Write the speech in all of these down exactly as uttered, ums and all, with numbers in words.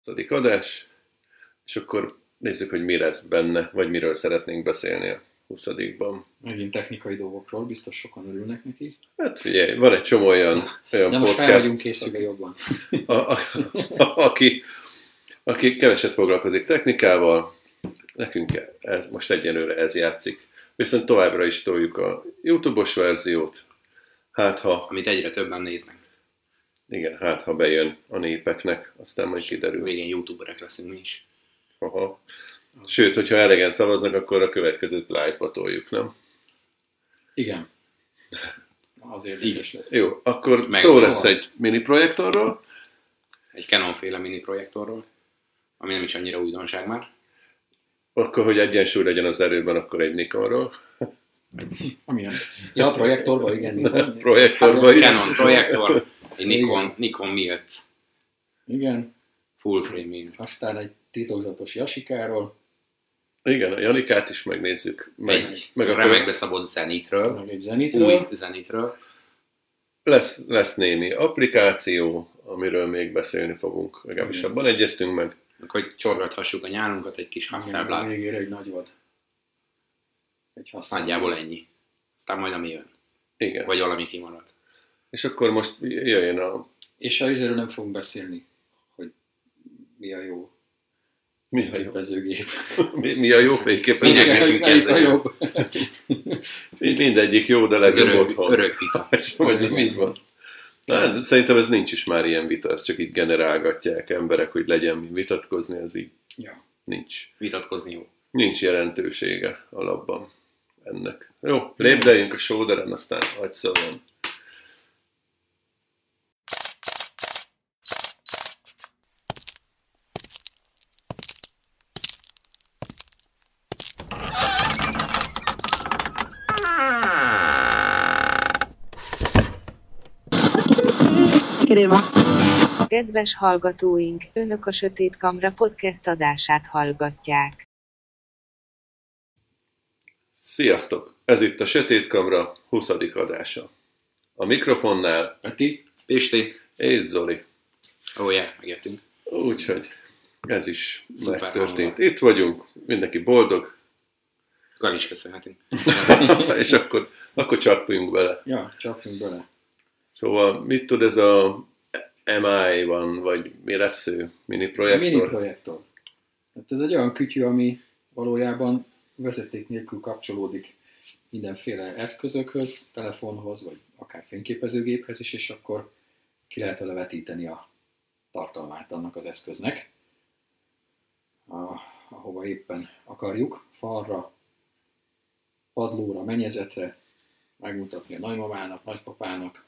huszadik adás, és akkor nézzük, hogy mi lesz benne, vagy miről szeretnénk beszélni a huszadikban. Megint technikai dolgokról, biztos sokan örülnek neki. Hát figyelj, van egy csomó olyan, olyan de most podcast, fel vagyunk készülve jobban. A, a, a, aki, aki keveset foglalkozik technikával, nekünk ez, most egyenlőre ez játszik. Viszont továbbra is toljuk a YouTube-os verziót, hát ha... Amit egyre többen néznek. Igen, hát ha bejön a népeknek, aztán majd kiderül. Végén youtuberek leszünk mi is. Aha. Sőt, hogyha elegen szavaznak, akkor a következőt live-ba toljuk, nem? Igen. Azért érdekes lesz. Jó, akkor Meg szó szóval. lesz egy mini projektorról. Egy Canon-féle mini projektorról, ami nem is annyira újdonság már. Akkor, hogy egyensúly legyen az erőben, akkor egy Nikonról. Amilyen. Ja, a projektorban, igen. Nikon. Projektorban is. Canon projektor, egy Nikon, Nikon Milc, Igen. full frame Milc. Aztán egy titokzatos Yashikáról, Igen, a Janikát is megnézzük. Meg, Egy meg akkor remekbe szabott Zenitről, meg egy Zenitről. új Zenitről. lesz, lesz némi applikáció, amiről még beszélni fogunk. Legalábbis Igen. abban egyeztünk meg. Hogy csorgathassuk a nyálunkat, egy kis Igen, a Hasselblad. végére egy nagy vad. Egy Hasselblad. Nagyjából ennyi. Aztán majd ami jön. Igen. Vagy valami kimarad. És akkor most jöjjön a... És a izéről nem fogunk beszélni, hogy mi a jó Mi a jó, képezőgép. mi, mi a jó fényképező? Minek nekünk Melyik a ez jobb? Mindegyik jó, de Ez legjobb örök, otthon. örök vita. Vagy így van. Na, de szerintem ez nincs is már ilyen vita, ezt csak így generálgatják emberek, hogy legyen mi vitatkozni, ez így Ja. nincs. Vitatkozni jó. Nincs jelentősége alapban ennek. Jó, lépdeljünk a sóderen, aztán hagyd szóljon. Kedves hallgatóink, Önök a Sötét Kamra podcast adását hallgatják. Sziasztok! Ez itt a Sötét Kamra huszadik adása. A mikrofonnál Peti? Pisti, és Zoli. ó oh yeah, megértünk. Úgyhogy ez is Szuper megtörtént. hangulat. Itt vagyunk, mindenki boldog, Gal is köszönhetünk. és akkor, akkor csapjunk bele. Ja, csapjunk bele. Szóval mit tud ez a em i van, vagy mi lesz ő? Mini projektor? Mini projektor. Hát ez egy olyan kütyű, ami valójában vezeték nélkül kapcsolódik mindenféle eszközökhöz, telefonhoz, vagy akár fényképezőgéphez is, és akkor ki lehet vele vetíteni a tartalmát annak az eszköznek, a, ahova éppen akarjuk, falra, padlóra, mennyezetre, megmutatni a nagymamának, nagypapának,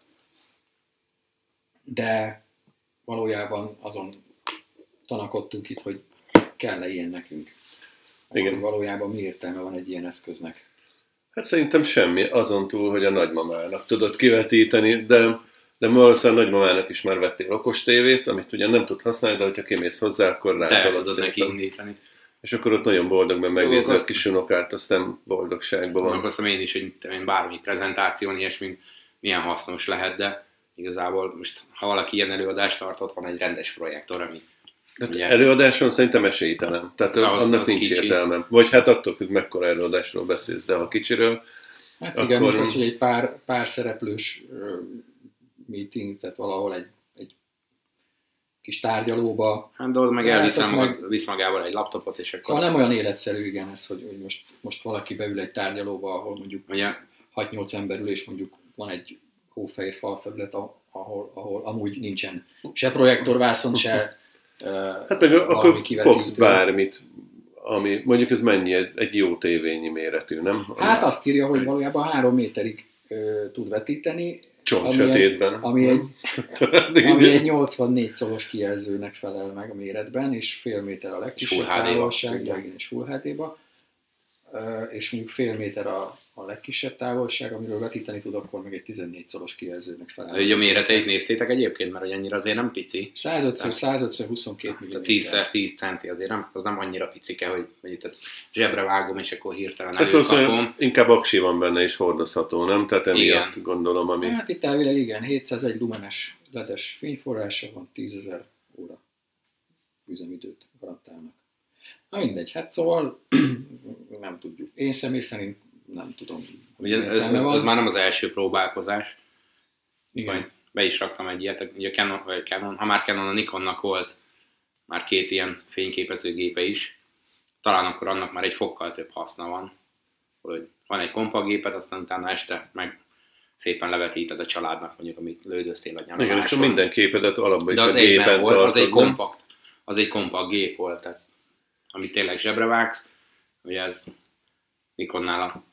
de valójában azon tanakodtunk itt, hogy kell-e ilyen nekünk. Igen. Hogy valójában mi értelme van egy ilyen eszköznek. Hát szerintem semmi, azon túl, hogy a nagymamának tudod kivetíteni, de, de valószínűleg nagymamának is már vettél okos tévét, amit ugyan nem tud használni, de hogyha kimész hozzá, akkor Te rátolod tudod neki szépen. indítani. És akkor ott nagyon boldog, mert megnézed a azt- kis unokát, aztán boldogságban van. Gondolkoztam én is, hogy mit tudom én, bármi prezentáción, ilyesmi, milyen hasznos lehet, de igazából most, ha valaki ilyen előadást tartott, van egy rendes projektor, ami Hát ugye, előadáson szerintem esélytelen. Tehát De az- annak az nincs kicsi. értelme. Vagy hát attól függ, mekkora előadásról beszélsz, de ha kicsiről, Hát Akkor- igen, most az, hogy egy pár, pár szereplős ö, meeting, tehát valahol egy, egy kis tárgyalóba. hát dolog meg Látok elvisz meg- magad, visz magával egy laptopot, és akkor Szóval nem olyan életszerű, igen, ez, hogy, hogy most, most valaki beül egy tárgyalóba, ahol mondjuk ugye, hat-nyolc ember ül, és mondjuk van egy hófehér falfelület, a- ahol, ahol amúgy nincsen se projektorvászon, se uh, hát meg akkor valami fogsz kivetítő. bármit, ami mondjuk ez mennyi, egy, egy jó tévényi méretű, nem? Hát azt írja, hogy valójában három méterig ö, tud vetíteni, Csont ami sötétben. ami egy, Így- ami egy nyolcvannégy szolos kijelzőnek felel meg a méretben, és fél méter a legkisebb Full há dé-ba. távolság, ja, igen, és Full há dé-ba, Ö, és mondjuk fél méter a, a legkisebb távolság, amiről vetíteni tud, akkor meg egy tizennégy szolos kijelzőnek felel. hogy a méreteit néztétek egyébként, mert hogy annyira azért nem pici. százöt százöt huszonkettő A mm. tíz szer tíz centi azért nem, az nem annyira picike, hogy, hogy itt zsebre vágom, és akkor hirtelen Hát valószínűleg előkapom. inkább aksi van benne és hordozható, nem? Tehát emiatt Igen. gondolom, ami... Hát itt elvileg igen, hétszázegy lumenes ledes fényforrása van, tízezer óra üzemidőt garantálnak. Na mindegy, hát szóval nem tudjuk. Én személy szerint nem tudom. Ugye ez, ez, ez már nem az első próbálkozás. Igen. Majd be is raktam egy ilyet, ugye Canon, vagy Canon, ha már Canon, a Nikonnak volt már két ilyen fényképezőgépe is, talán akkor annak már egy fokkal több haszna van, hogy van egy kompaktgépet, aztán utána este meg szépen levetíted a családnak, mondjuk, amit lődöztél a nyaraláson. Igen, és minden képedet alapban is de az a gépen volt, tartod, az egy kompakt, az egy kompakt gép volt, tehát, amit tényleg zsebre vágsz, ugye ez Nikonnál a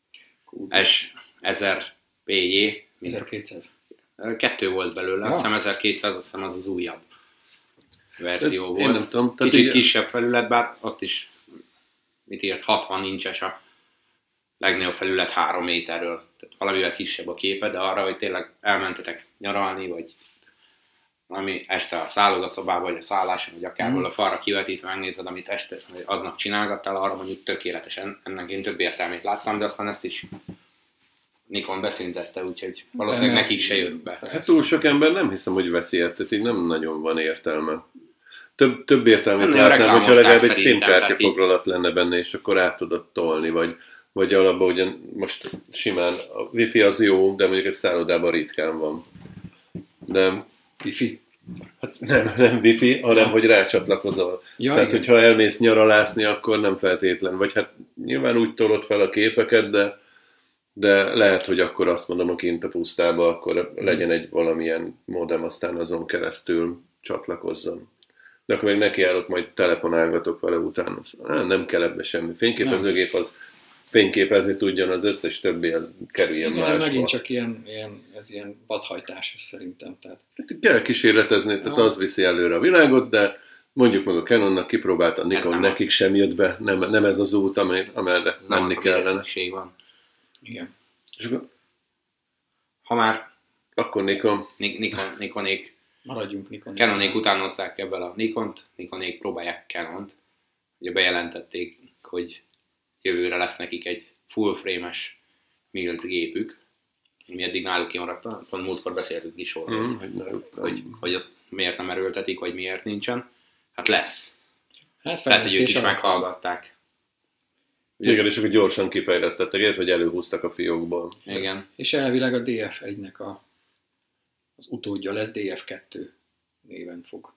S ezer pé jé, ezerkétszáz. Kettő volt belőle, Ja. azt hiszem ezerkétszáz, azt hiszem az az újabb verzió Én volt. nem tudom, Kicsit így- kisebb felület, bár ott is, mit írt, hatvan incses a legnagyobb felület három méterről. Tehát valamivel kisebb a képe, de arra, hogy tényleg elmentetek nyaralni, vagy valami este a szállodaszobában, vagy a szálláson, vagy akárhol a falra kivetítve megnézed, amit este vagy aznap csinálgattál, arra mondjuk tökéletesen. Ennek én több értelmét láttam, de aztán ezt is Nikon beszüntette, úgyhogy valószínűleg De- nekik se jött be. Hát túl sok ember nem hiszem, hogy veszi ért, tehát így nem nagyon van értelme. Több, több értelmét Nem, látnám, hogyha reklámozták legalább egy szerintem, tehát SIM-kártya így- foglalat lenne benne, és akkor át tudod tolni, vagy, vagy alapban ugye most simán a wifi az jó, de mondjuk egy szállodában ritkán van. De Wifi. hát nem, nem wifi, hanem Ja. hogy rácsatlakozol. Ja, Tehát, igen. hogyha elmész nyaralászni, akkor nem feltétlen. Vagy hát nyilván úgy tolod fel a képeket, de, de lehet, hogy akkor azt mondom, a kint a pusztába, akkor legyen egy valamilyen modem, aztán azon keresztül csatlakozzon. De akkor meg nekiállok, majd telefonálgatok vele utána. Á, nem kell ebbe semmi. Fényképezőgép az fényképezni tudjon, az összes többi, az kerüljen Igen, ez másba. megint csak ilyen, ilyen, ez ilyen vadhajtás ez szerintem. Tehát, Kell kísérletezni, tehát Ja. az viszi előre a világot, de mondjuk meg a Canonnak kipróbálta, a Nikon, nem nekik az. sem jött be, nem, nem ez az út, amely, amelyre Ez nem menni az, amire kellene. szükség van. igen. És akkor, Ha már akkor Nikon, Nik- Nikon, Nikonék, Maradjunk Nikon. Canonék utánozzák ebből a Nikont, Nikonék próbálják Canont. Ugye bejelentették, hogy jövőre lesz nekik egy full frame-es Mills gépük, mi eddig náluk kimaradt, pont múltkor beszéltünk is róla, mm, hogy, hogy, ne, hogy, hogy ott miért nem erőltetik, vagy miért nincsen. Hát lesz. Hát Tehát, hogy ők fejlesztés is alatt. meghallgatták. igen, és akkor gyorsan kifejlesztettek, érted, hogy előhúztak a fiókból. Igen. És elvileg a dé ef egynek a, az utódja lesz, dé ef kettő néven fog.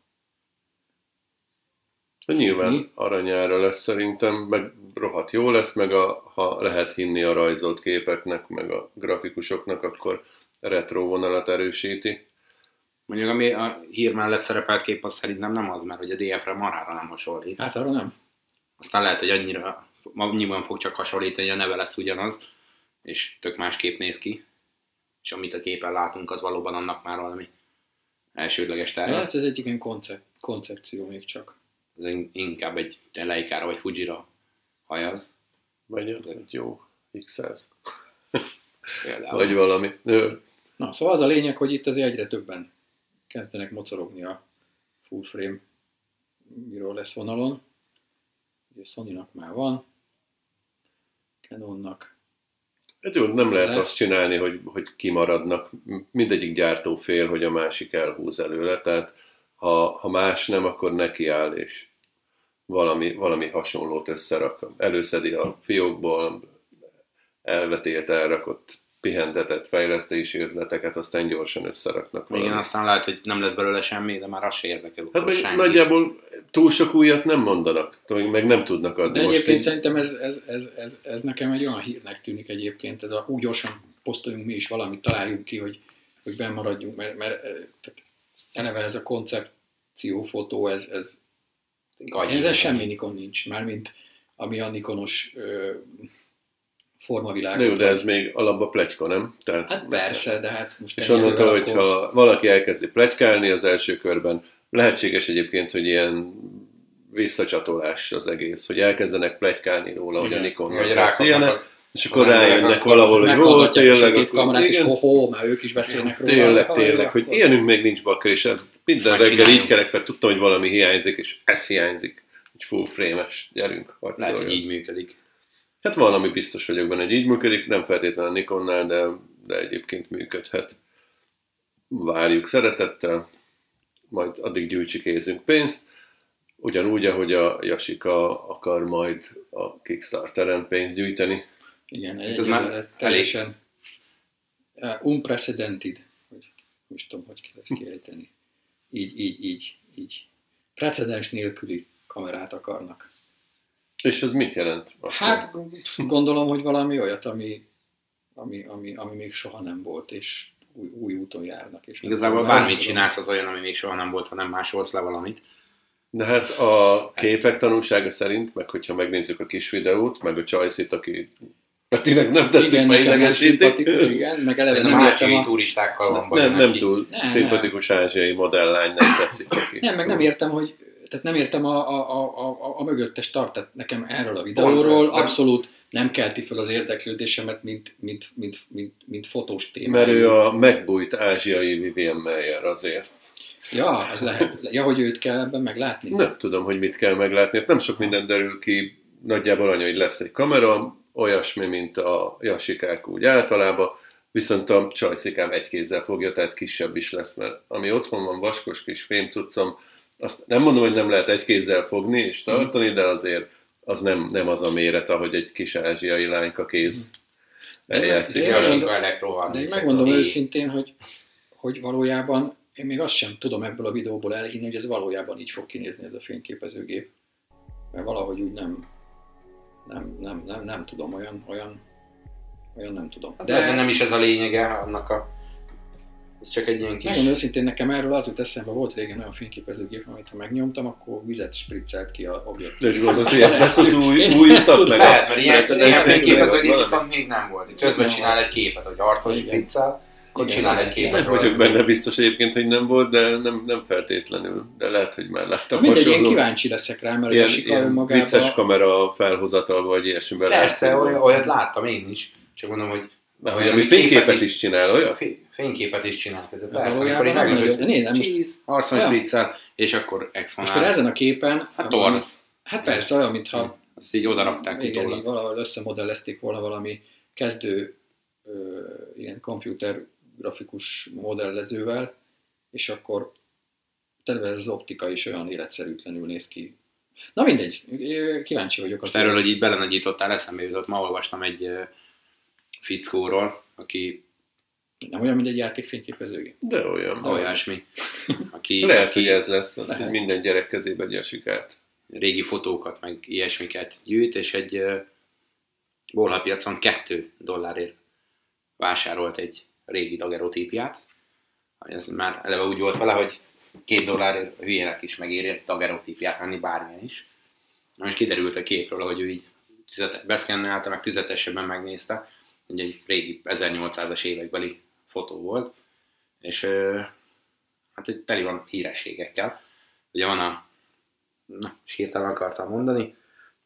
De nyilván Mi? aranyára lesz szerintem, meg rohadt jó lesz, meg a, ha lehet hinni a rajzolt képeknek, meg a grafikusoknak, akkor retro vonalat erősíti. Mondjuk ami a hír mellett szerepelt kép, az szerintem nem az, mert hogy a dé ef-re marhára nem hasonlít. Hát arra nem. Aztán lehet, hogy annyira, annyiban fog csak hasonlítani, a neve lesz ugyanaz, és tök másképp néz ki. És amit a képen látunk, az valóban annak már valami elsődleges terve. Hát ez egy igen koncept, koncepció még csak. Ez in- inkább egy Leica-ra vagy Fujira hajaz. Vagy egy jó iksz száz. Például. Vagy valami. Ö, Na, szóval az a lényeg, hogy itt azért egyre többen kezdenek mocorogni a full frame miről lesz vonalon. Ugye Sony-nak már van, Canonnak. Hát jó, nem lehet Lesz. azt csinálni, hogy, hogy kimaradnak. Mindegyik gyártó fél, hogy a másik elhúz előle. Tehát ha, ha más nem, akkor nekiáll, és valami, valami hasonlót összerak. Előszedi a fiókból, elvetélt, elrakott, pihentetett fejlesztési ötleteket, aztán gyorsan összeraknak valami. Igen, aztán lehet, hogy nem lesz belőle semmi, de már az se érdekel. Hát akkor meg senkit. nagyjából túl sok újat nem mondanak, meg nem tudnak adni. De Most egyébként így- szerintem ez, ez, ez, ez, ez nekem egy olyan hírnek tűnik egyébként, ez a, úgy gyorsan posztoljunk mi is valamit, találjunk ki, hogy, hogy benn maradjunk, mert, mert eh, tehát eleve ez a koncepciófotó, ez, ez, Gagyi. ez semmi Nikon nincs, mármint ami a Nikonos ö, formavilágot. De jó, de vagy- ez még alapba pletyka, nem? Tehát, Hát persze, de hát most... És ennyi onnantól, idővel hogyha valaki elkezdi pletykálni az első körben, lehetséges egyébként, hogy ilyen visszacsatolás az egész, hogy elkezdenek pletykálni róla, hogy a Igen. Nikonnak Hogy lesz rákapnak ilyenek, a- és akkor az emberek, rájönnek akkor valahol, hogy jó, meghallgatják a tényleg, sötét akkor- kamerát, és igen, ho-ho, már ők is beszélnek róla. tényleg, Ha, tényleg, jó, hogy akkor- ilyenünk még nincs bakker, és ez minden Most reggel megcsináljuk. így kelek fel, tudtam, hogy valami hiányzik, és ez hiányzik, egy full frame-es, gyerünk, hadd Lehet, hogy szóljon. így működik. Hát valami biztos vagyok benne, hogy így működik, nem feltétlenül a Nikonnál, de, de egyébként működhet. Várjuk szeretettel, majd addig gyűjtsi kézünk pénzt. ugyanúgy, ahogy a Yashica akar majd a Kickstarteren pénzt gyűjteni. Igen, Ez egy már már teljesen uh, unprecedented, hogy most tudom, hogy kell ezt kiejteni. Így, így, így, így. Precedens nélküli kamerát akarnak. És ez mit jelent? Akkor? Hát gondolom, hogy valami olyat, ami, ami, ami, ami még soha nem volt, és új, új úton járnak. És Igazából bármit csinálsz, az olyan, ami még soha nem volt, ha nem másolsz le valamit. De hát a képek tanulsága szerint, meg hogyha megnézzük a kis videót, meg a Csajszit, aki tényleg nem tetszik, igen, mert nekem nem idegesítik. szimpatikus, igen, meg eleve Nem, nem értem ázsiai a... turistákkal van baj Nem, nem neki. túl Nem, szimpatikus ázsiai modelllány nem tetszik neki. Nem, meg nem értem, hogy tehát nem értem a, a, a, a, a mögöttes tartat. Nekem erről a videóról Pont, abszolút nem kelti fel az érdeklődésemet, mint, mint, mint, mint, mint fotós téma. Mert ő a megbújt ázsiai Vivian Mayer azért. Ja, ez lehet. Ja, hogy őt kell ebben meglátni? Nem tudom, hogy mit kell meglátni. Nem sok minden derül ki, nagyjából annyi, hogy lesz egy kamera, olyasmi, mint a Yashikák úgy általában, viszont a Csajszikám egy kézzel fogja, tehát kisebb is lesz, mert ami otthon van, vaskos kis fémcuccom, azt nem mondom, hogy nem lehet egy kézzel fogni és tartani, de azért az nem, nem az a méret, ahogy egy kis ázsiai lányka kéz eljátszik. De én Yashica megmondom- Electro De én harminc. megmondom őszintén, hogy, hogy valójában én még azt sem tudom ebből a videóból elhinni, hogy ez valójában így fog kinézni ez a fényképezőgép. Mert valahogy úgy nem, nem, nem, nem, nem tudom, olyan, olyan, olyan nem tudom. De, de nem is ez a lényege annak a... Ez csak egy ilyen kis... Megmondom őszintén, nekem erről az jut eszembe, volt régen olyan fényképezőgép, amit ha megnyomtam, akkor vizet spriccelt ki a objektív. De és gondolod, hogy ez lesz az új, új utat, meg Lehet, mert ilyen, precedens ilyen nélkül fényképezőgép valami. viszont még nem volt. Közben Nem csinál volt. egy képet, hogy arcon Igen. spriccel, akkor Igen, csinál egy lehet. képet Nem róla. vagyok benne biztos egyébként, hogy nem volt, de nem, nem feltétlenül. De lehet, hogy már Na láttam mindegy, én hasonlót. kíváncsi leszek rá, mert Ilyen, a Sika ilyen önmagában... vicces kamera felhozatal vagy ilyesmiben. Persze, lehet, olyat, olyat láttam én is. Csak mondom, hogy Mert olyan, hogy ami fényképet képet is csinál, olyan? Fé- fényképet is csinál közben. De Persze, valójában amikor így nem meglepődsz, nagyon- né, nem most- cheese, arcon Olyan. spriccel, és akkor Most exponál. például ezen a képen... Hát torz. Hát persze, olyan, mintha Azt így odarakták igen, így utólag. valahol összemodellezték volna valami kezdő ö, ilyen komputer grafikus modellezővel, és akkor terve ez az optika is olyan életszerűtlenül néz ki. Na mindegy, ö, kíváncsi vagyok. Most azért. erről, hogy így belenagyítottál, eszembe jutott, ma olvastam egy ö, fickóról, aki Nem olyan, mint egy játékfényképezőgép. De olyan. olyasmi, aki, Lehet, aki hogy ez lesz, az, Lehet. hogy minden gyerek kezébe egy Yasikát. régi fotókat, meg ilyesmiket gyűjt, és egy ö, bolhapiacon kettő dollárért vásárolt egy régi dagerotípiát. Ez már eleve úgy volt vele, hogy két dollárért hülyének is megéri egy dagerotípiát venni, bármilyen is. Na most kiderült a képről, hogy ő így tüzete, beszkennelte, meg tüzetesebben megnézte, hogy egy régi ezernyolcszázas évekbeli fotó volt, és ö, hát hogy teli van hírességekkel. Ugye van a, na, sírtelen akartam mondani,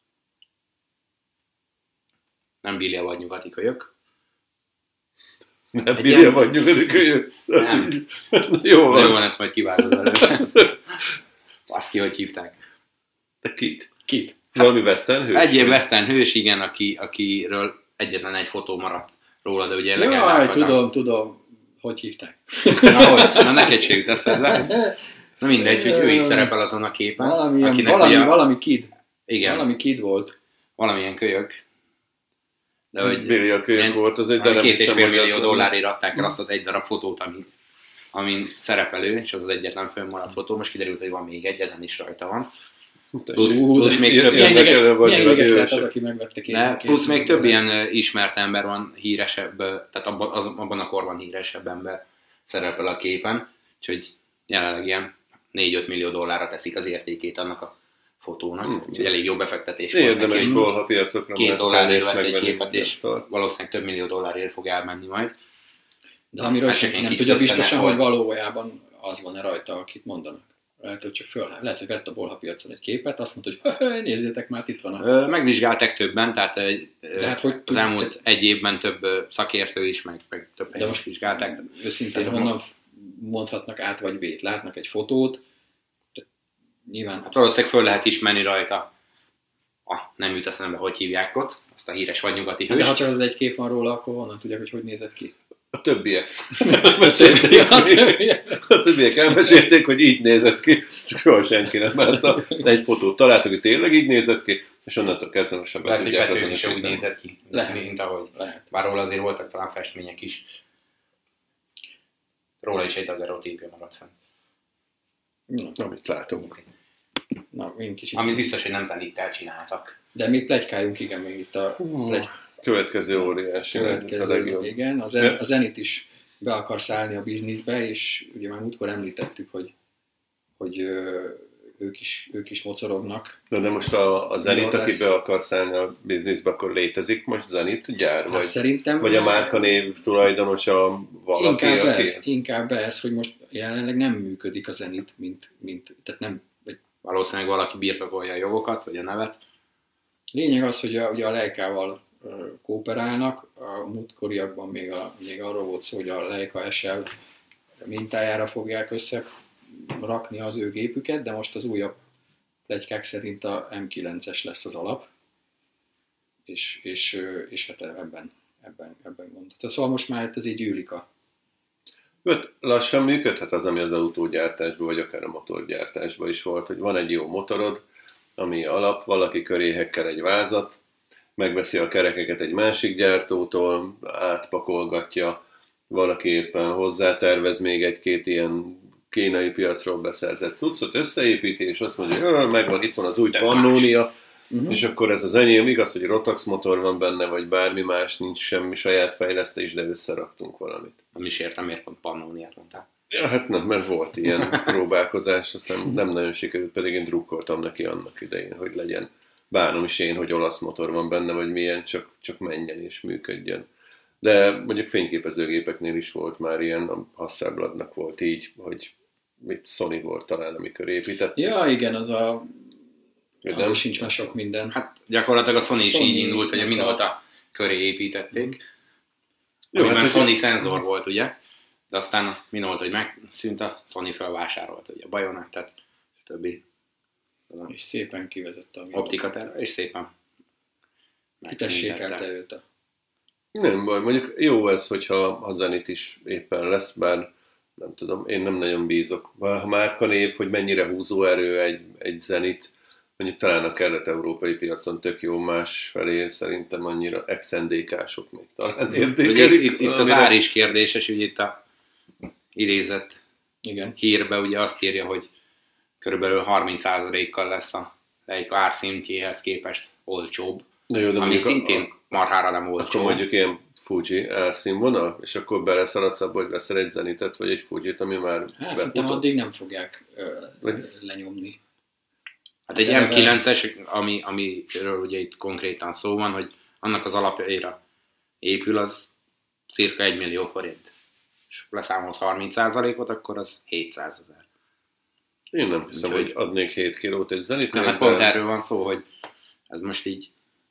nem Billy vagy nyugati kölyök. Nem Egy bírja ilyen- vagy nyugati kölyök. Nem. Jó Jó van. van, ezt majd kivágod előre. Azt ki, hogy hívták. De kit? Kit? Valami western hős? Egy ilyen western hős, igen, aki, akiről egyetlen egy fotó maradt róla, de ugye Jaj, legendák. tudom, tudom, hogy hívták. Na, hogy? Na, neked se jut eszedbe. Na mindegy, hogy ő is szerepel azon a képen. Valami, akinek valami, ugye, valami kid. igen, Valami kid volt. valamilyen kölyök. De hogy Billy a kölyök ilyen- volt, az egy, de valami nem két és hiszem, fél hogy millió azt dollárért adták el azt az egy darab fotót, ami, amin szerepelő, és az az egyetlen fönnmaradt fotó. Most kiderült, hogy van még egy, ezen is rajta van. Plusz, Ú, plusz de még ilyen- több ilyen- ilyen, Milyen Érdekelő vagy, ideges, milyen vagy ideges lehet ősök. az, aki megvette két. de, két plusz még több dollárt. ilyen ö, ismert ember van, híresebb, ö, tehát abban, az, abban a korban híresebb ember szerepel a képen, úgyhogy jelenleg ilyen négy-öt millió dollárra teszik az értékét annak a fotónak, Hmm. úgyhogy elég jó befektetés volt Érdemes neki, hogy bolhapiacokra két mászkálni dollárért és vett egy megvenni képet, és ezt a- valószínűleg több millió dollárért fog elmenni majd. De amiről Hát csak senki ilyen nem kis tudja biztosan, szösszenet hogy volt. valójában az van-e rajta, akit mondanak. Lehet, hogy csak föl, lehet, hogy vett a bolhapiacon egy képet, azt mondta, hogy "Hö, nézzétek már, itt van a... Ö, Megvizsgálták többen, tehát egy, ö, De hát hogy az tud- elmúlt tehát- egy évben több ö, szakértő is, meg, meg több De helyen is most- vizsgálták. Őszintén Tehát honnan mondhatnak át vagy B-t? Látnak egy fotót, de nyilván... Hát valószínűleg föl lehet ismerni rajta, ah, nem jut eszembe, hogy hívják ott, azt a híres vagy nyugati De hős. ha csak az egy kép van róla, akkor honnan tudják, hogy hogy nézett ki? A többiek. A többiek elmesélték, hogy így nézett ki, csak soha senki nem látta. Egy fotót találtak, hogy tényleg így nézett ki, és onnantól kezdve most Lehet, hogy tudják Petőfi is úgy azonosítani. nézett ki, Lehet. mint ahogy. Lehet. Bár róla azért voltak talán festmények is. Róla is egy daguerreotépje maradt fenn. Na, Amit látunk. na, én kicsit. Amit biztos, hogy nem zenittel csináltak. De még pletykáljunk, igen, még itt a plegy... Következő óriási. ez a következő, legjobb. igen. A, Zen, a Zenit is be akar szállni a bizniszbe, és ugye már múltkor említettük, hogy, hogy ö, ők, is, ők is mocorognak. Na de most a, a Zenit, Mikor aki lesz? be akar szállni a bizniszbe, akkor létezik most Zenit gyár? Hát Vagy, szerintem vagy a már- márkanév tulajdonosa valaki, Inkább aki... ez, inkább ez, hogy most jelenleg nem működik a Zenit, mint, mint tehát nem, vagy Valószínűleg valaki birtokolja a jogokat, vagy a nevet. lényeg az, hogy a, ugye a Leicával ö, kooperálnak, a múltkoriakban még, a, még arról volt szó, hogy a Leica es el mintájára fogják összerakni az ő gépüket, de most az újabb pletykák szerint a em kilences lesz az alap, és, és, ö, és hát ebben, ebben, ebben gondolt. Szóval most már ez így gyűlik a Öt, lassan működhet az, ami az autógyártásban, vagy akár a motorgyártásban is volt, hogy van egy jó motorod, ami alap, valaki köré hekkel egy vázat, megveszi a kerekeket egy másik gyártótól, átpakolgatja, valaki éppen hozzátervez még egy-két ilyen kínai piacról beszerzett cuccot, összeépíti, és azt mondja, hogy megvan, itt van az új De Pannonia, Uh-huh. és akkor ez az enyém, igaz, hogy Rotax motor van benne, vagy bármi más, nincs semmi saját fejlesztés, de összeraktunk valamit. Nem is értem, miért pont Pannoniát mondtál. Ja, hát nem, mert volt ilyen próbálkozás, aztán nem nagyon sikerült, pedig én drukkoltam neki annak idején, hogy legyen. Bánom is én, hogy olasz motor van benne, vagy milyen, csak, csak menjen és működjön. De mondjuk fényképezőgépeknél is volt már ilyen, a Hasselbladnak volt így, hogy mit Sony volt talán, amikor építették. Ja, igen, az a... Hogy Nem, sincs már sok minden. Hát gyakorlatilag a Sony is Sony így indult, hogy a a- Minolta köré építették. Jó, Amiben hát, Sony hogy- szenzor volt, ugye? De aztán a Minolta, hogy megszűnt, a Sony felvásárolt, ugye a Bajonettet, és többi És szépen kivezette a optikaterve, és szépen kitessékelte megszüntetette. őt a... Nem baj, mondjuk jó ez, hogyha a Zenit is éppen lesz, bár nem tudom, én nem nagyon bízok. A márkanév, hogy mennyire húzóerő egy, egy Zenit, mondjuk talán a kelet-európai piacon tök jó, más felé szerintem annyira ex en dé ká-sok még talán Ugye értékelik. Itt, itt az amire- ár is kérdéses, ugye itt a idézett Igen. hírbe ugye azt írja, hogy körülbelül harminc százalékkal lesz a Leica árszintjéhez képest olcsóbb, Na jó, de ami mondjuk a- szintén marhára nem Akkor olcsó. mondjuk ilyen Fuji árszínvonal, és akkor beleszaladsz abba, hogy veszel egy Zenitet, vagy egy Fujit, ami már Hát szerintem befutott. addig nem fogják ö, Vagy- lenyomni. Hát egy Eleve- em kilences, ami, amiről ugye itt konkrétan szó van, hogy annak az alapjaira épül, az cirka egy millió forint. És leszámolsz harminc százalékot, akkor az hétszázezer. Én nem hiszem, Úgyhogy- hogy adnék hét kilót egy Zenitnek. Tehát pont erről van szó, hogy ez most így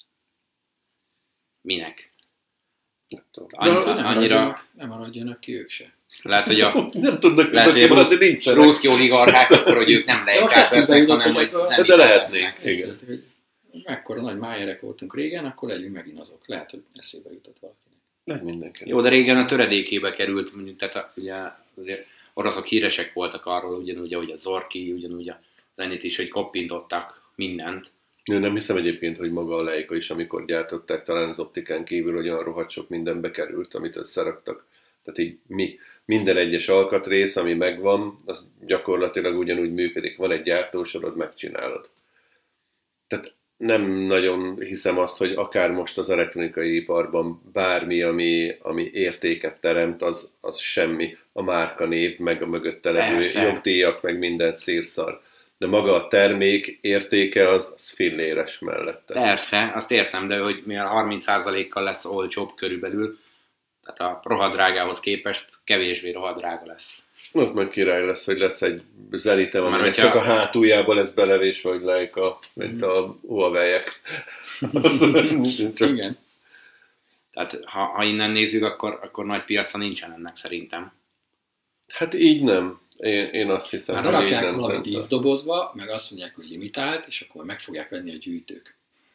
minek? Annyi- De nem, annyira- maradjanak, nem maradjanak ki ők se. Lehet, hogy a Nem tudnak lehet, hogy a maradni, rusz, nincsenek. ruszki oligarchák, akkor, hogy ők nem De most Leicát eszembe vesznek, jutott, hanem hogy hogy akkor- Zenitet De lehetnék. vesznek. Igen. Eszélt, hogy mekkora nagy májerek voltunk régen, akkor legyünk megint azok. Lehet, hogy eszébe jutott valakinek. Nem mindenki. Jó, de régen a töredékébe került, mondjuk, tehát a- ugye azért oroszok híresek voltak arról, ugyanúgy, ahogy a Zorki, ugyanúgy a Zenit is, hogy koppintottak mindent. Én nem hiszem egyébként, hogy maga a Leica is, amikor gyártották, talán az optikán kívül, hogy olyan rohadt sok mindenbe került, amit összeraktak. Tehát így mi, minden egyes alkatrész, ami megvan, az gyakorlatilag ugyanúgy működik. Van egy gyártósorod, megcsinálod. Tehát nem nagyon hiszem azt, hogy akár most az elektronikai iparban bármi, ami, ami értéket teremt, az, az semmi. A márkanév, meg a mögötte levő Persze. jogdíjak, meg minden szírszar. De maga a termék értéke az, az filléres mellette. Persze, azt értem, de hogy mivel harminc százalékkal lesz olcsóbb körülbelül, tehát a rohadrágához képest kevésbé rohadrága lesz. Ott majd király lesz, hogy lesz egy Zenitem, Már aminek hogyha- csak a hátuljába lesz belevés, vagy Leica, mint a Huawei-ek. Csak Igen. Tehát ha, ha innen nézzük, akkor, akkor nagy piaca nincsen ennek szerintem. Hát így nem. Én, én azt hiszem, Már hogy így berakják nem. valami nem díszdobozba, meg azt mondják, hogy limitált, és akkor meg fogják venni a gyűjtők.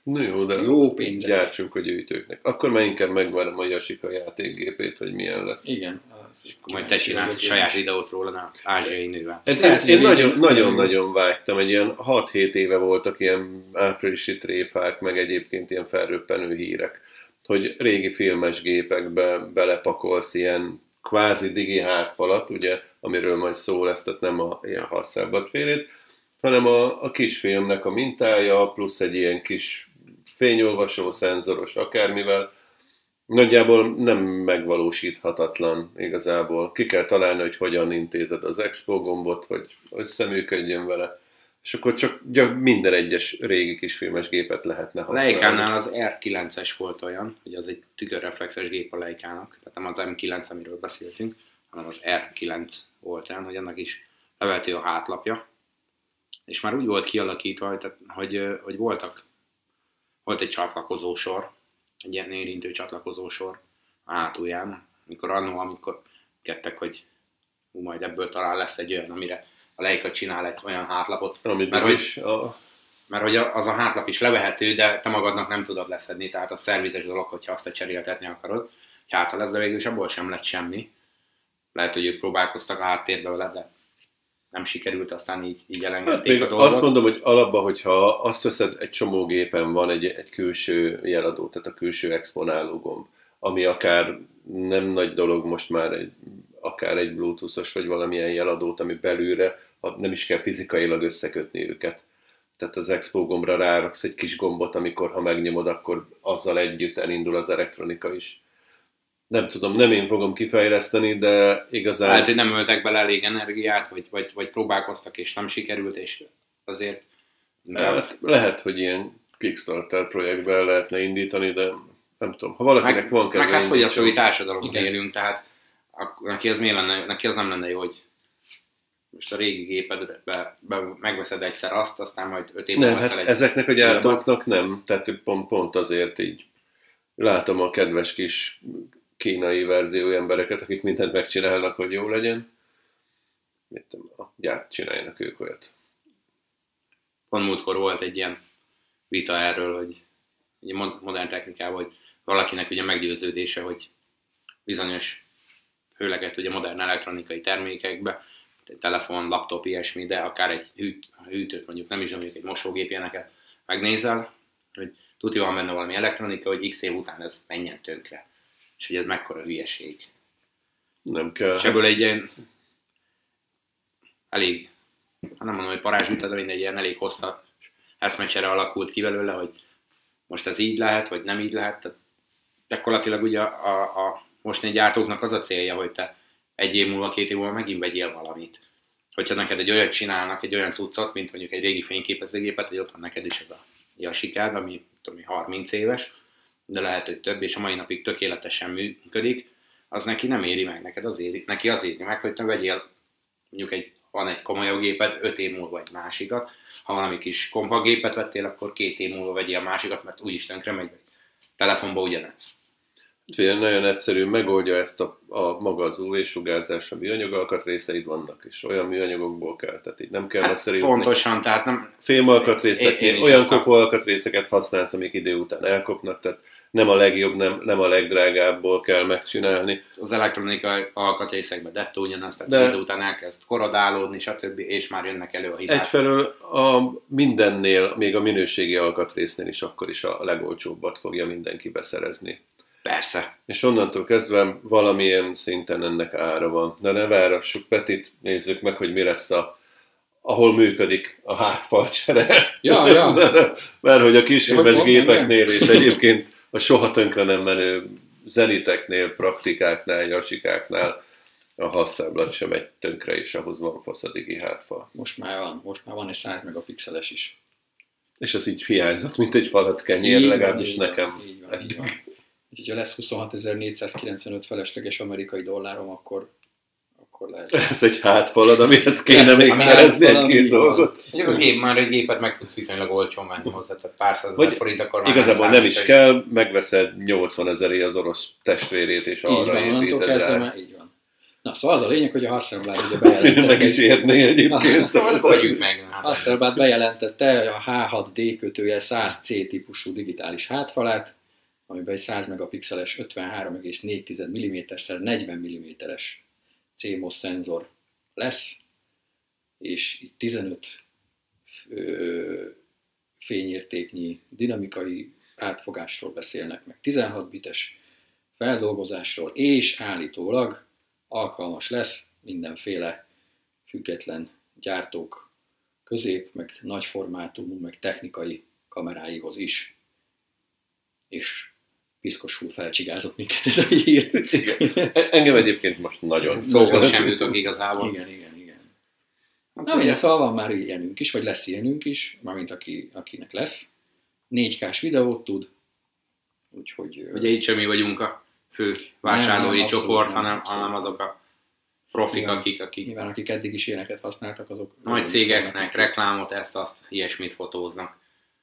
Na jó, de Jó pénzek. gyártsunk a gyűjtőknek. Akkor már inkább megvárom a Jasika játékgépét, hogy milyen lesz. Igen. Majd te csinálsz egy saját videót róla, nem? Ázsiai nővel. Én, lehet, én hogy nagyon, igen, nagyon-nagyon vágytam, egy ilyen hat-hét éve voltak ilyen áprilisi tréfák, meg egyébként ilyen felröppenő hírek, hogy régi filmes gépekbe belepakolsz ilyen kvázi digi hátfalat, ugye, amiről majd szó lesz, tehát nem a ilyen hasszábbatfélét, hanem a, a kis filmnek a mintája, plusz egy ilyen kis fényolvasó, szenzoros akármivel, nagyjából nem megvalósíthatatlan igazából. Ki kell találni, hogy hogyan intézed az Expo gombot, hogy összeműködjön vele, és akkor csak minden egyes régi kisfilmes gépet lehetne használni. Leicánál az er kilences volt olyan, hogy az egy tükörreflexes gép a Leicának, tehát nem az em kilenc, amiről beszéltünk, hanem az er kilenc volt olyan, hogy annak is levető a hátlapja, és már úgy volt kialakítva, hogy, hogy, hogy voltak, volt egy csatlakozósor, egy ilyen érintő csatlakozósor a hátulján, amikor annól, amikor kettek, hogy hú, majd ebből talán lesz egy olyan, amire a Leica csinál egy olyan hátlapot, mert hogy, is a... mert hogy az a hátlap is levehető, de te magadnak nem tudod leszedni, tehát a szervizes dolog, hogyha azt a cseréltetni akarod, hogy hátra lesz, de végül is abból sem lett semmi. Lehet, hogy ők próbálkoztak a háttérbe vele, de nem sikerült, aztán így, így elengedték hát a dolgot. Azt mondom, hogy alapban, hogyha azt veszed, egy csomó gépen van egy, egy külső jeladó, tehát a külső exponáló gomb, ami akár nem nagy dolog most már, egy, akár egy bluetoothos vagy valamilyen jeladót, ami belülre, nem is kell fizikailag összekötni őket. Tehát az Expo gombra ráraksz egy kis gombot, amikor ha megnyomod, akkor azzal együtt elindul az elektronika is. Nem tudom, nem én fogom kifejleszteni, de igazán... Hát, hogy nem öltek bele elég energiát, vagy, vagy, vagy próbálkoztak, és nem sikerült, és azért... Hát, lehet, hogy ilyen Kickstarter projektben lehetne indítani, de nem tudom. Ha valakinek meg, van kedve... Meg hát fogyasztói társadalomban Igen. élünk, tehát akkor neki az, lenne, neki az nem lenne jó, hogy most a régi gépedbe megveszed egyszer azt, aztán majd öt évben Nem, veszel hát egy... ezeknek a gyártóknak nem. Tehát pont, pont azért így látom a kedves kis kínai verzió embereket, akik mindent megcsinálnak, hogy jó legyen. Mit tudom, a gyárt csináljanak ők olyat. Pont múltkor volt egy ilyen vita erről, hogy ugye modern technikában, hogy valakinek ugye meggyőződése, hogy bizonyos, főleg ugye modern elektronikai termékekbe, telefon, laptop, ilyesmi, de akár egy hűt, hűtőt, mondjuk nem is, mondjuk egy mosógép ilyeneket megnézel, hogy tuti van benne valami elektronika, hogy x év után ez menjen tönkre. És hogy ez mekkora hülyeség. Nem kell. És ebből egy ilyen elég, hát nem mondom, hogy parázsvita, de mindegy ilyen elég hosszas eszmecsere alakult ki belőle, hogy most ez így lehet, vagy nem így lehet. Tehát gyakorlatilag ugye a, a, a mostani gyártóknak az a célja, hogy te egy év múlva, két év múlva megint vegyél valamit. Hogyha neked egy olyat csinálnak, egy olyan cuccot, mint mondjuk egy régi fényképezőgépet, hogy ott van neked is ez a Yashikád, ami tudom, harminc éves, de lehet, hogy több, és a mai napig tökéletesen működik, az neki nem éri meg, neked az éri, neki az éri meg, hogy te vegyél, mondjuk egy, van egy komolyabb gépet, öt év múlva egy másikat, ha valami kis kompagépet vettél, akkor két év múlva vegyél a másikat, mert úgyis tönkre megy, vagy telefonba ugyanez. Fél nagyon egyszerű, megoldja ezt a, a maga az ú vé-sugárzás, a műanyag alkatrészeid vannak, és olyan műanyagokból kell, tehát így nem kell Hát messzeri. pontosan, tehát nem... Fém alkatrészek, Én- én is olyan ezt a- kopó alkatrészeket használsz, amik idő után elkopnak, tehát nem a legjobb, nem, nem a legdrágábbból kell megcsinálni. Az elektronikai alkatrészekben dettó ugyanaz, tehát De- idő után elkezd korodálódni, stb. És már jönnek elő a hibák. Egyfelől a mindennél, még a minőségi alkatrésznél is akkor is a legolcsóbbat fogja mindenki beszerezni. Persze. És onnantól kezdve valamilyen szinten ennek ára van. De ne várassuk, Petit, nézzük meg, hogy mi lesz a, ahol működik a hátfalcsere. Ja, ja. mert, mert hogy a kisfilmes Ja, hogy gépeknél és egyébként a soha tönkre nem menő zeniteknél, praktikáknál, jasikáknál a hasszáblat sem egy tönkre, és ahhoz van fasz a digi hátfal. Most már van, most már van egy száz megapixeles is. És az így hiányzott, mint egy falat kenyér, Így van, legalábbis így van, nekem. Így van, így van. Úgyhogy ha lesz huszonhatezer-négyszázkilencvenöt felesleges amerikai dollárom, akkor, akkor lehet. Ez egy hátfalad, amihez kéne Persze, még ami szerezni hátfalad, egy-két így van. dolgot. Ugye a gép, már egy gépet meg tudsz viszonylag olcsón venni hozzá, tehát pár százezer Vagy forint, akkor már igazából nem számít, is hogy- kell, megveszed nyolcvan ezeré az orosz testvérét, és Így arra van, onnantól építed kezdve rá. már így van. Na, szóval az a lényeg, hogy a Hasselblad ugye Szinte meg is bejelentette. érné egyébként. Akkor vegyük meg. Hasselblad bejelentette a há hat dé kötője száz cé típusú digitális hátfalát, amiben egy száz megapixeles ötvenhárom egész négy milliméteres negyven milliméteres cé em o es szenzor lesz, és itt tizenöt ö, fényértéknyi dinamikai átfogásról beszélnek, meg tizenhat bites feldolgozásról, és állítólag alkalmas lesz mindenféle független gyártók közép, meg nagyformátumú, meg technikai kameráihoz is. És piszkosul felcsigázott minket ez a hír. Igen. Engem egyébként most nagyon. Szóval sem jutok igazából. Igen, igen, igen. Na minden, szóval van már ilyenünk is, vagy lesz ilyenünk is, mármint aki, akinek lesz. négy kás videót tud, úgyhogy... Ugye itt sem mi vagyunk a fő vásárlói nem, csoport, abszolút, hanem, abszolút. hanem azok a profik, Igen. akik, akik Nyilván akik eddig is ilyeneket használtak, azok... nagy cégeknek reklámot, ezt, azt, ilyesmit fotóznak.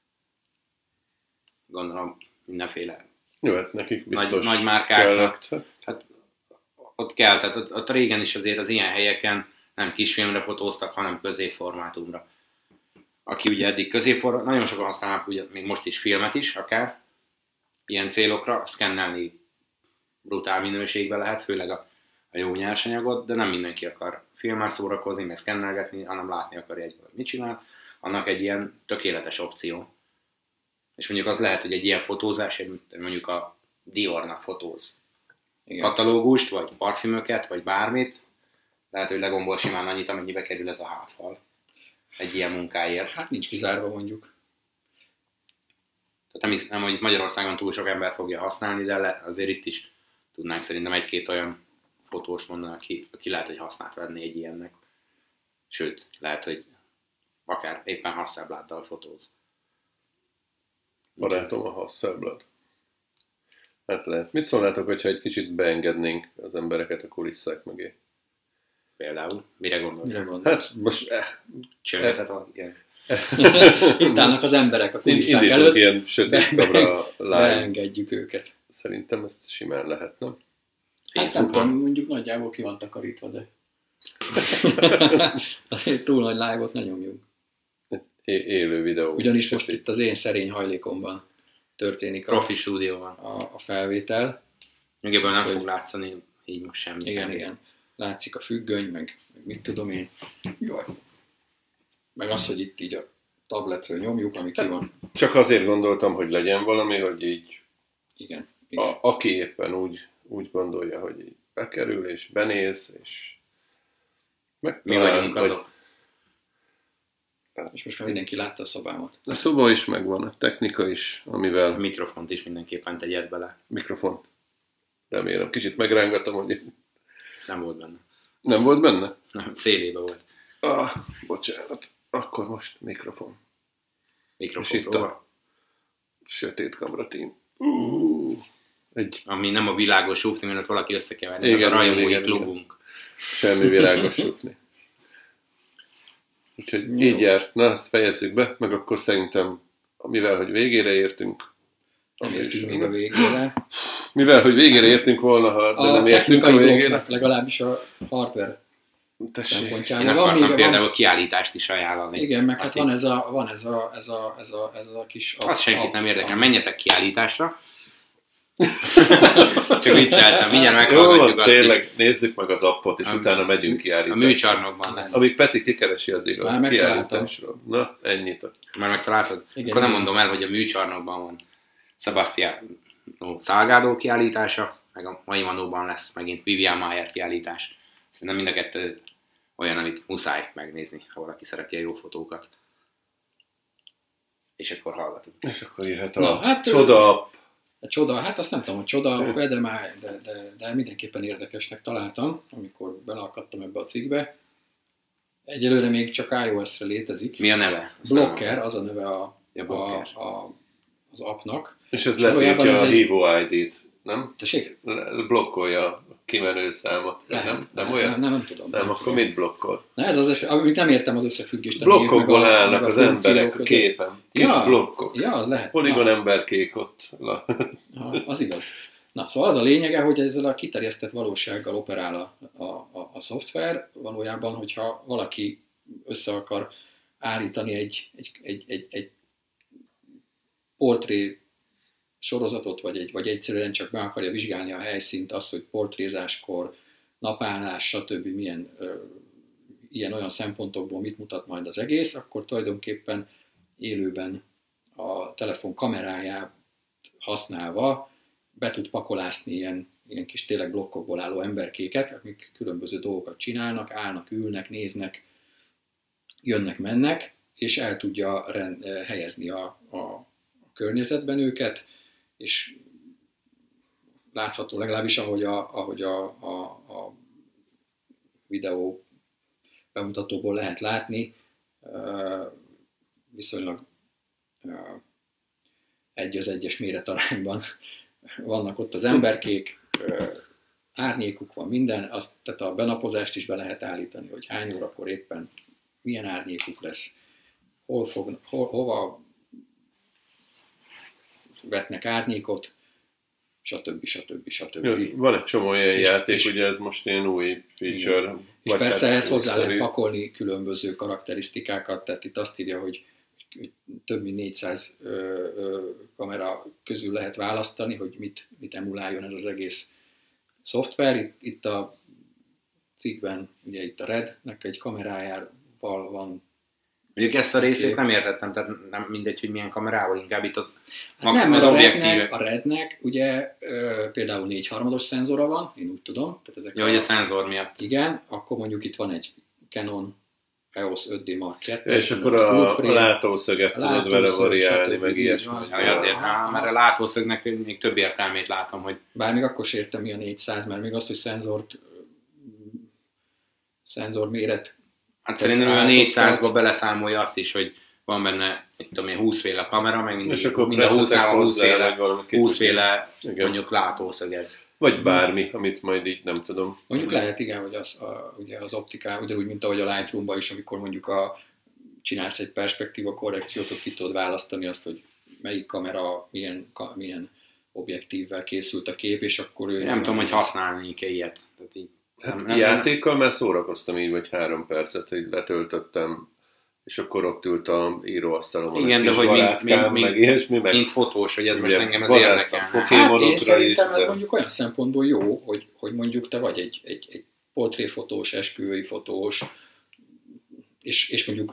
Gondolom mindenféle Jó, hát nekik biztos Nagy- nagy márkáknak. kellett. hát ott kell, tehát ott, ott régen is azért az ilyen helyeken nem kisfilmre fotóztak, hanem középformátumra. Aki ugye eddig középformátum, nagyon sokan használnak ugye még most is filmet is, akár ilyen célokra, szkennelni brutál minőségben lehet, főleg a, a jó nyersanyagot, de nem mindenki akar filmmel szórakozni, meg szkennelgetni, hanem látni akarja egy mit csinál, annak egy ilyen tökéletes opció. És mondjuk az lehet, hogy egy ilyen fotózás, egy, mondjuk a Diornak fotóz Igen. katalógust, vagy parfümöket, vagy bármit, lehet, hogy legombol simán annyit, amennyibe kerül ez a hátfal egy ilyen munkáért. Hát nincs kizárva mondjuk. Tehát nem hiszem, hogy itt Magyarországon túl sok ember fogja használni, de le, azért itt is tudnánk szerintem egy-két olyan fotós mondani, aki, aki lehet, hogy hasznát venni egy ilyennek. Sőt, lehet, hogy akár éppen Hasselbladdal fotóz. Barátom a Hasselblad. Hát lehet. Mit szólnátok, hogyha egy kicsit beengednénk az embereket a kulisszák mögé? Például. Mire gondolsz? Mire gondolsz? Hát most eh, Csövetet van? Igen. Itt állnak az emberek a kulisszák indítunk előtt, ilyen sötét kamra live. beengedjük őket. Szerintem ezt simán lehet, nem? Hát nem tudom, mondjuk nagyjából ki van takarítva, de azért túl nagy live-ot ne nyomjunk. É- élő videó. Ugyanis most sötét. itt az én szerény hajlékomban történik a, Profi stúdióban. a, a felvétel. Nyugodtan nem Hogy- fog látszani így most semmi. Igen, igen. Látszik a függöny, meg, meg mit tudom én. Jaj. Meg az, hogy itt így a tabletről nyomjuk, ami ki van. Csak azért gondoltam, hogy legyen valami, hogy így Igen, igen. a, aki éppen úgy, úgy gondolja, hogy így bekerül és benéz, és Mi megtalál, vagyunk vagy- azok. És most már mindenki látta a szobámat. A szoba is megvan, a technika is, A amivel mikrofont is mindenképpen tegyed bele. mikrofont. Remélem, kicsit megrángatom, hogy Nem volt benne. nem volt benne? Nem, szélébe volt. Ah, bocsánat. Akkor most mikrofon. És Mikrofon itt próba. a sötét kamera team. Uh, egy Ami nem a világos sufni, mert ott valaki összekeverni. Igen, Ez a igen, rajongói igen, klubunk. semmi világos sufni. Úgyhogy Jó. így járt. Na, ezt fejezzük be, meg akkor szerintem, mivel, hogy végére értünk, Nem ami is- értünk még a végére. mivel, hogy végére értünk volna, ha de A nem értünk a technikai végére. blokknak, legalábbis a hardware Tessék. Én szempontjából. Van akartam még, például van, kiállítást is ajánlani. igen, meg hát Azt van így- ez a, van ez a, ez a, ez a, ez a kis... Az senkit nem érdekel. a- Menjetek kiállításra. Csak vicceltem. Mindjárt Jó meghallgatjuk van, azt is. tényleg, nézzük meg az appot, és A- utána megyünk A kiállításra. műcsarnokban lesz. Amíg Peti kikeresi addig a Már megtaláltam. kiállításról. Na, ennyit. Már megtaláltad? Igen, Akkor nem igen. mondom el, hogy a műcsarnokban van Sebastiano Salgado kiállítása, meg a mai Manóban lesz megint Vivian Maier kiállítás. Szerintem mind a kettő olyan, amit muszáj megnézni, ha valaki szereti a jó fotókat. És akkor hallgatunk. És akkor jöhet a Na, hát, csoda app. A csoda, hát azt nem tudom, hogy csoda, de, már, de, de, de mindenképpen érdekesnek találtam, amikor beleakadtam ebbe a cikkbe. Egyelőre még csak iOS-re létezik. Mi a neve? Azt Blocker, nem az a neve a, Ja, a, Blocker. a, az appnak. És ez És valójában letiltja ez a egy- Vivo i dé-t, nem? Tessék? Le- Blokkolja a kimenő számot. Lehet, nem? Nem lehet, olyan? Nem, nem, nem tudom. Nem, akkor tudom. mit blokkol? Na ez az, össze, amit nem értem az összefüggést. a név, Blokkokból meg a- állnak meg a az funkciók emberek a között. képen. Kis Ja. blokkok. Ja, az lehet. Poligon Ja, emberkék ott. La- ja, az igaz. Na, szóval az a lényege, hogy ezzel a kiterjesztett valósággal operál a, a, a, a szoftver. Valójában, hogyha valaki össze akar állítani egy, egy, egy, egy, egy portré sorozatot, vagy, egy, vagy egyszerűen csak be akarja vizsgálni a helyszínt, azt, hogy portrézáskor, napállás, stb. Milyen ö, ilyen-olyan szempontokból mit mutat majd az egész, akkor tulajdonképpen élőben a telefon kameráját használva be tud pakolászni ilyen, ilyen kis tényleg blokkokból álló emberkéket, akik különböző dolgokat csinálnak, állnak, ülnek, néznek, jönnek, mennek, és el tudja rend, helyezni a, a, a környezetben őket, és látható legalábbis, ahogy a, ahogy a, a, a videó bemutatóból lehet látni, viszonylag egy az egyes méretarányban vannak ott az emberkék, árnyékuk van minden, azt, tehát a benapozást is be lehet állítani, hogy hány órakor éppen milyen árnyékuk lesz, hol fog, hol, hova vetnek árnyékot, stb. stb. stb. Jó, van egy csomó ilyen és, játék, és, ugye ez most ilyen új feature. Igen. És persze hát ehhez hozzá lehet pakolni különböző karakterisztikákat, tehát itt azt írja, hogy több mint négyszáz ö, ö, kamera közül lehet választani, hogy mit, mit emuláljon ez az egész szoftver. Itt, itt a cikkben, ugye itt a Rednek egy kamerájával van. Mondjuk ezt a részét nem értettem, tehát nem mindegy, hogy milyen kamerával, inkább itt az hát nem, mert az a Rednek, a Rednek ugye ö, például négy harmados szenzora van, én úgy tudom. Tehát ezek ja, hogy a szenzor miatt. Igen, akkor mondjuk itt van egy Canon E O S öt D Mark kettő. És akkor a, a látószöget tudod látószög, vele variálni, meg ilyesmi. Ja, azért, hát, mert a látószögnek még több értelmét látom, hogy... Bár még akkor sem értem, mi a négyszáz, mert még azt, hogy szenzort, szenzor méret... Hát szerintem a négyszázba beleszámolja azt is, hogy van benne, mit tudom én, húszféle kamera, meg mind, mind a húszával húszféle, húszféle mondjuk látószöget. Vagy bármi, amit majd így nem tudom. Mondjuk lehet, igen, hogy az, a, ugye az optiká, ugyanúgy, mint ahogy a Lightroom-ban is, amikor mondjuk a, csinálsz egy perspektíva korrekciót, ott ki tudod választani azt, hogy melyik kamera, milyen, ka, milyen objektívvel készült a kép, és akkor... Ő nem tudom, hogy használni-e ilyet. Tehát így, hát nem, nem, játékkal már szórakoztam így, vagy három percet, hogy letöltöttem, és akkor ott ült a íróasztalon. Igen, de hogy mint, mint, meg ilyesmi, meg mint fotós, hogy ez ugye, most engem ez érdekel. Hát én szerintem ez de... mondjuk olyan szempontból jó, hogy, hogy mondjuk te vagy egy, egy, egy portréfotós, esküvői fotós, és, és mondjuk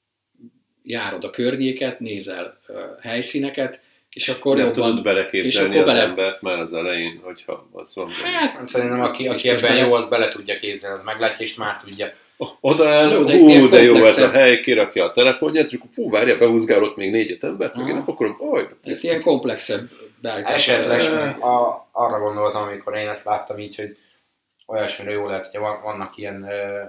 járod a környéket, nézel uh, helyszíneket, és akkor nem jobban... tudod beleképzelni az bele... embert már az elején, hogyha az van. Hát szerintem aki, aki ebben bele... jó, az bele tudja képzelni, az meglátja, és már tudja. Oda el, jó, de hú, de jó ez a hely, kirakja a telefonját, és akkor fú, várja, behúzgál ott még négy-öt embert, meg én akkor oj. Tehát ilyen komplexebb beállítás. Esetleg a, arra gondoltam, amikor én ezt láttam így, hogy olyasmire jó lehet, hogy vannak ilyen ö,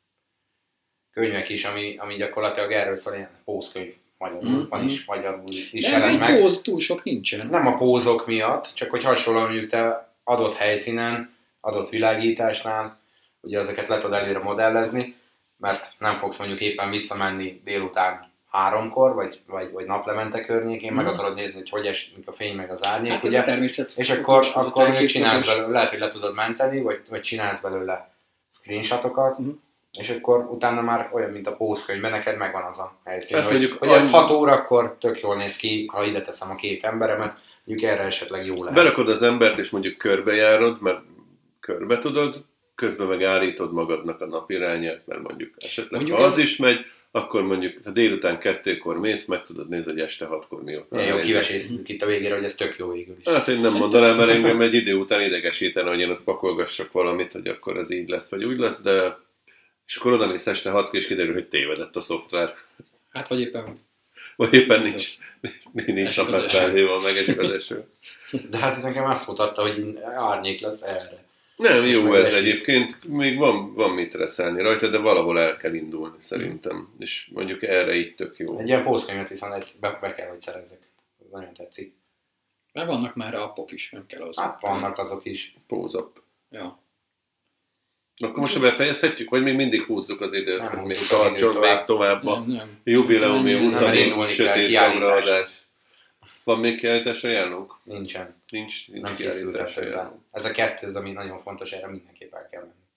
könyvek is, ami, ami gyakorlatilag erről szól, ilyen pózkönyv magyarul, mm-hmm. van is magyarul is jelent meg. De póz túl sok nincsen. Nem a pózok miatt, csak hogy hasonlóan mondjuk te adott helyszínen, adott világításnál, ugye ezeket le tudod előre modellezni, mert nem fogsz mondjuk éppen visszamenni délután háromkor, vagy, vagy, vagy naplemente környékén, mm. meg akarod nézni, hogy hogy esik a fény meg az árnyék, hát ugye? Természet, és akkor, akkor mondjuk csinálsz belőle, lehet, hogy le tudod menteni, vagy, vagy csinálsz belőle screenshotokat, mm. és akkor utána már olyan, mint a pózkönyvben, neked megvan az a helyszín, hát, hogy, hogy ez hat órakor tök jól néz ki, ha ide teszem a két emberemet, mondjuk erre esetleg jó lehet. Berakod az embert, és mondjuk körbejárod, mert körbe tudod, közben meg állítod magadnak a napirányát, mert mondjuk esetleg mondjuk ha az ez... is megy, akkor mondjuk ha délután kettőkor mész, meg tudod nézni, hogy este hatkor mi ott. Jó, kiveséztünk itt a végére, hogy ez tök jó végül is. Hát én nem Szerintem... mondanám, mert engem egy idő után idegesítene, hogy én ott pakolgassak valamit, hogy akkor ez így lesz, vagy úgy lesz, de és akkor oda mész este hatkor, és kiderül, hogy tévedett a szoftver. Hát vagy éppen... Vagy éppen nincs, nincs napet felvéve, meg esik az eső. De hát nekem azt mutatta, hogy árnyék lesz erre. Nem, most jó ez esik. Egyébként, még van, van mit reszelni rajta, de valahol el kell indulni szerintem, mm. és mondjuk erre így tök jó. Egy ilyen pózkönyvet viszont egy, be, be kell, hogy szerezzek. Ez nagyon tetszik. Mert vannak már appok is, nem kell az. Hát vannak azok is. Pózapp. Ja. Akkor most befejezhetjük, vagy még mindig húzzuk az időt, nem hogy még tartson még tovább a jubileumi huszadik sötét kamra adás. Van még kiállítás ajánlónk? Nincsen. Nincs, nincs Nem kiállítás készültem többen. ajánlónk. Ez a kettő, az, ami nagyon fontos, erre mindenképp el kell menni.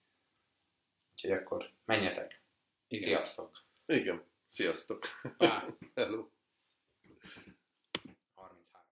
Úgyhogy akkor menjetek. Igen. Sziasztok! Igen. Sziasztok. Bye. Hello.